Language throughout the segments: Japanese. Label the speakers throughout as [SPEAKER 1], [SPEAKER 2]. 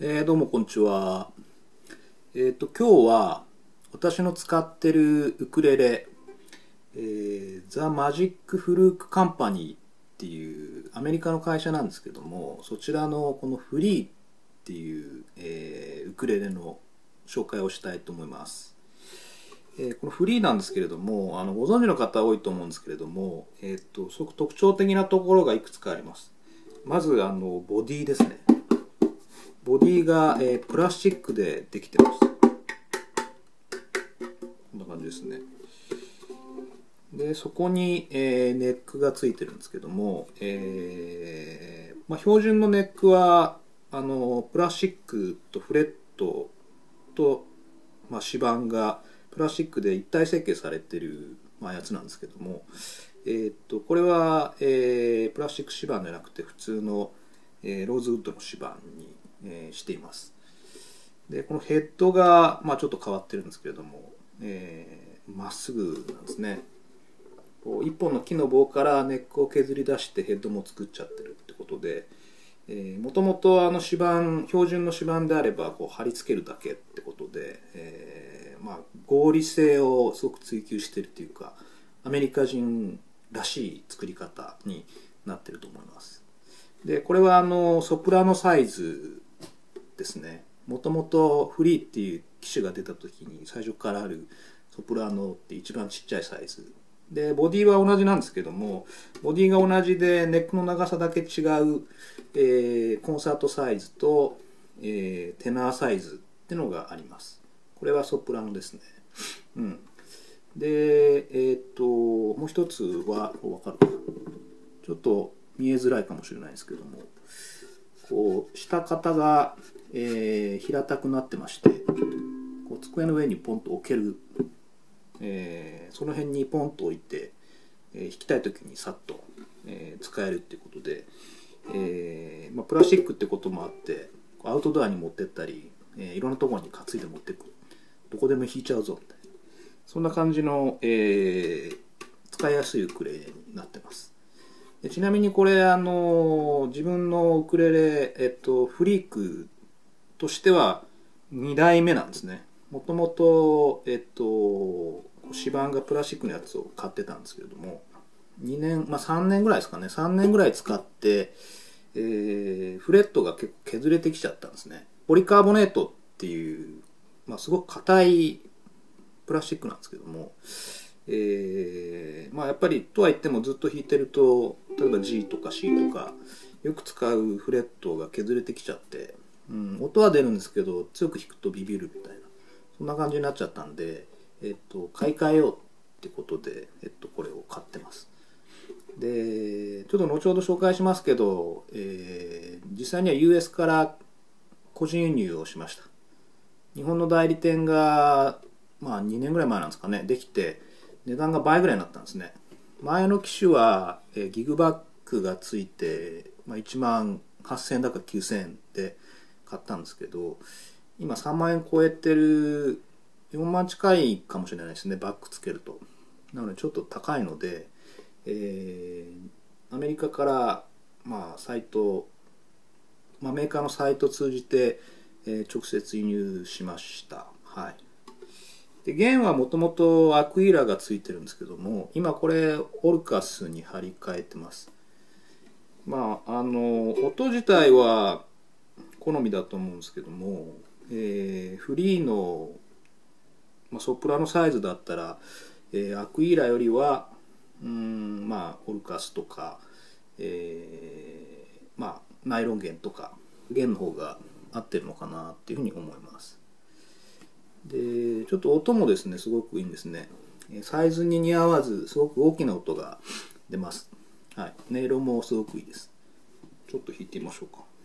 [SPEAKER 1] どうもこんにちは。今日は私の使ってるウクレレ、ザ・マジック・フルーク・カンパニーっていうアメリカの会社なんですけども、そちらのこのフリーっていう、ウクレレの紹介をしたいと思います。このフリーなんですけれども、ご存知の方多いと思うんですけれども、すごく特徴的なところがいくつかあります。まずボディですね。ボディが、プラスチックでできてます。こんな感じですね。でそこに、ネックがついてるんですけども、標準のネックはプラスチックとフレットと、指板がプラスチックで一体成形されてる、やつなんですけども、これは、プラスチック指板じゃなくて普通の、ローズウッドの指板にしています。でこのヘッドが、ちょっと変わってるんですけれども、まっすぐなんですね。こう一本の木の棒からネックを削り出してヘッドも作っちゃってるってことで、もともと指板標準の指板であればこう貼り付けるだけってことで、合理性をすごく追求してるっていうか、アメリカ人らしい作り方になってると思います。でこれはソプラノサイズですね。もともとフリーっていう機種が出た時に最初からあるソプラノって一番ちっちゃいサイズで、ボディは同じなんですけども、ボディが同じでネックの長さだけ違う、コンサートサイズと、テナーサイズってのがあります。これはソプラノですね。でもう一つは分かるかな、ちょっと見えづらいかもしれないですけども、こう下肩が、平たくなってまして、こう机の上にポンと置ける、その辺にポンと置いて、弾きたい時にさっと、使えるっていうことで、プラスチックってこともあってアウトドアに持ってったり、いろんなところに担いで持っていく、どこでも弾いちゃうぞみたいな、そんな感じの、使いやすいウクレレになってます。でちなみにこれ自分のウクレレ、フリークとしては2代目なんですね。もともと指板がプラスチックのやつを買ってたんですけれども、2年、3年ぐらいですかね、3年ぐらい使って、フレットが結構削れてきちゃったんですね。ポリカーボネートっていう、すごく硬いプラスチックなんですけども、やっぱりとは言ってもずっと弾いてると、例えば G とか C とかよく使うフレットが削れてきちゃって、音は出るんですけど強く弾くとビビるみたいな、そんな感じになっちゃったんで、買い替えようってことで、これを買ってます。でちょっと後ほど紹介しますけど、実際には US から個人輸入をしました。日本の代理店が、2年ぐらい前なんですかね、できて値段が倍ぐらいになったんですね。前の機種は、ギグバックがついて、1万8000円だか9000円で買ったんですけど、今3万円超えてる、4万近いかもしれないですね、バックつけると。なのでちょっと高いので、アメリカから、サイト、メーカーのサイトを通じて、直接輸入しました。で弦はもともとアクイラがついてるんですけども、今これオルカスに張り替えてます。音自体は好みだと思うんですけども、フリーの、ソプラノサイズだったら、アクイラよりはオルカスとか、ナイロン弦とか弦の方が合ってるのかなっていうふうに思います。でちょっと音もですねすごくいいんですね。サイズに似合わずすごく大きな音が出ます。音色もすごくいいです。ちょっと弾いてみましょうか。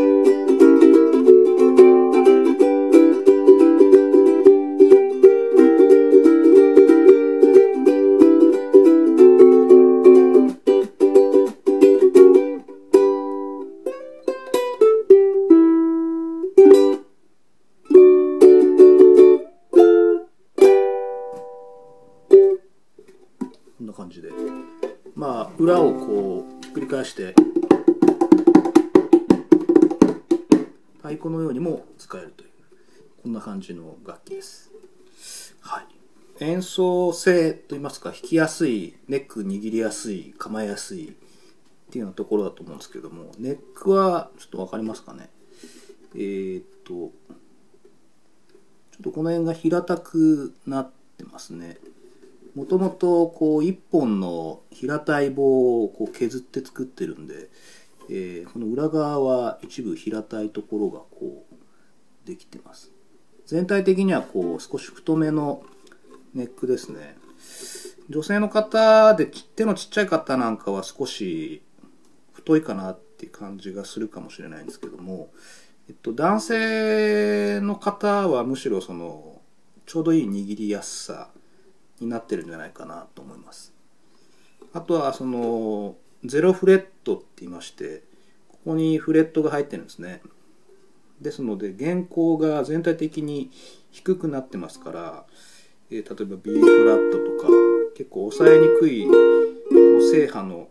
[SPEAKER 1] こんな感じで、裏をこうひっくり返して太鼓のようにも使えるという、こんな感じの楽器です。はい、演奏性といいますか、弾きやすい、ネック握りやすい、構えやすいっていうようなところだと思うんですけども、ネックはちょっと分かりますかね。ちょっとこの辺が平たくなってますね。もともとこう一本の平たい棒をこう削って作ってるんで、この裏側は一部平たいところがこうできてます。全体的にはこう少し太めのネックですね。女性の方で手のちっちゃい方なんかは少し太いかなっていう感じがするかもしれないんですけども、男性の方はむしろそのちょうどいい握りやすさになってるんじゃないかなと思います。あとはそのゼロフレットって言いまして、ここにフレットが入ってるんですね。ですので弦高が全体的に低くなってますから、例えば B フラットとか結構抑えにくいこう正波の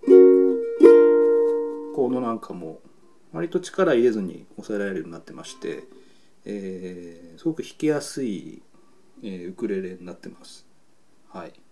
[SPEAKER 1] コードなんかも割と力入れずに抑えられるようになってまして、すごく弾きやすい、ウクレレになってます。はい。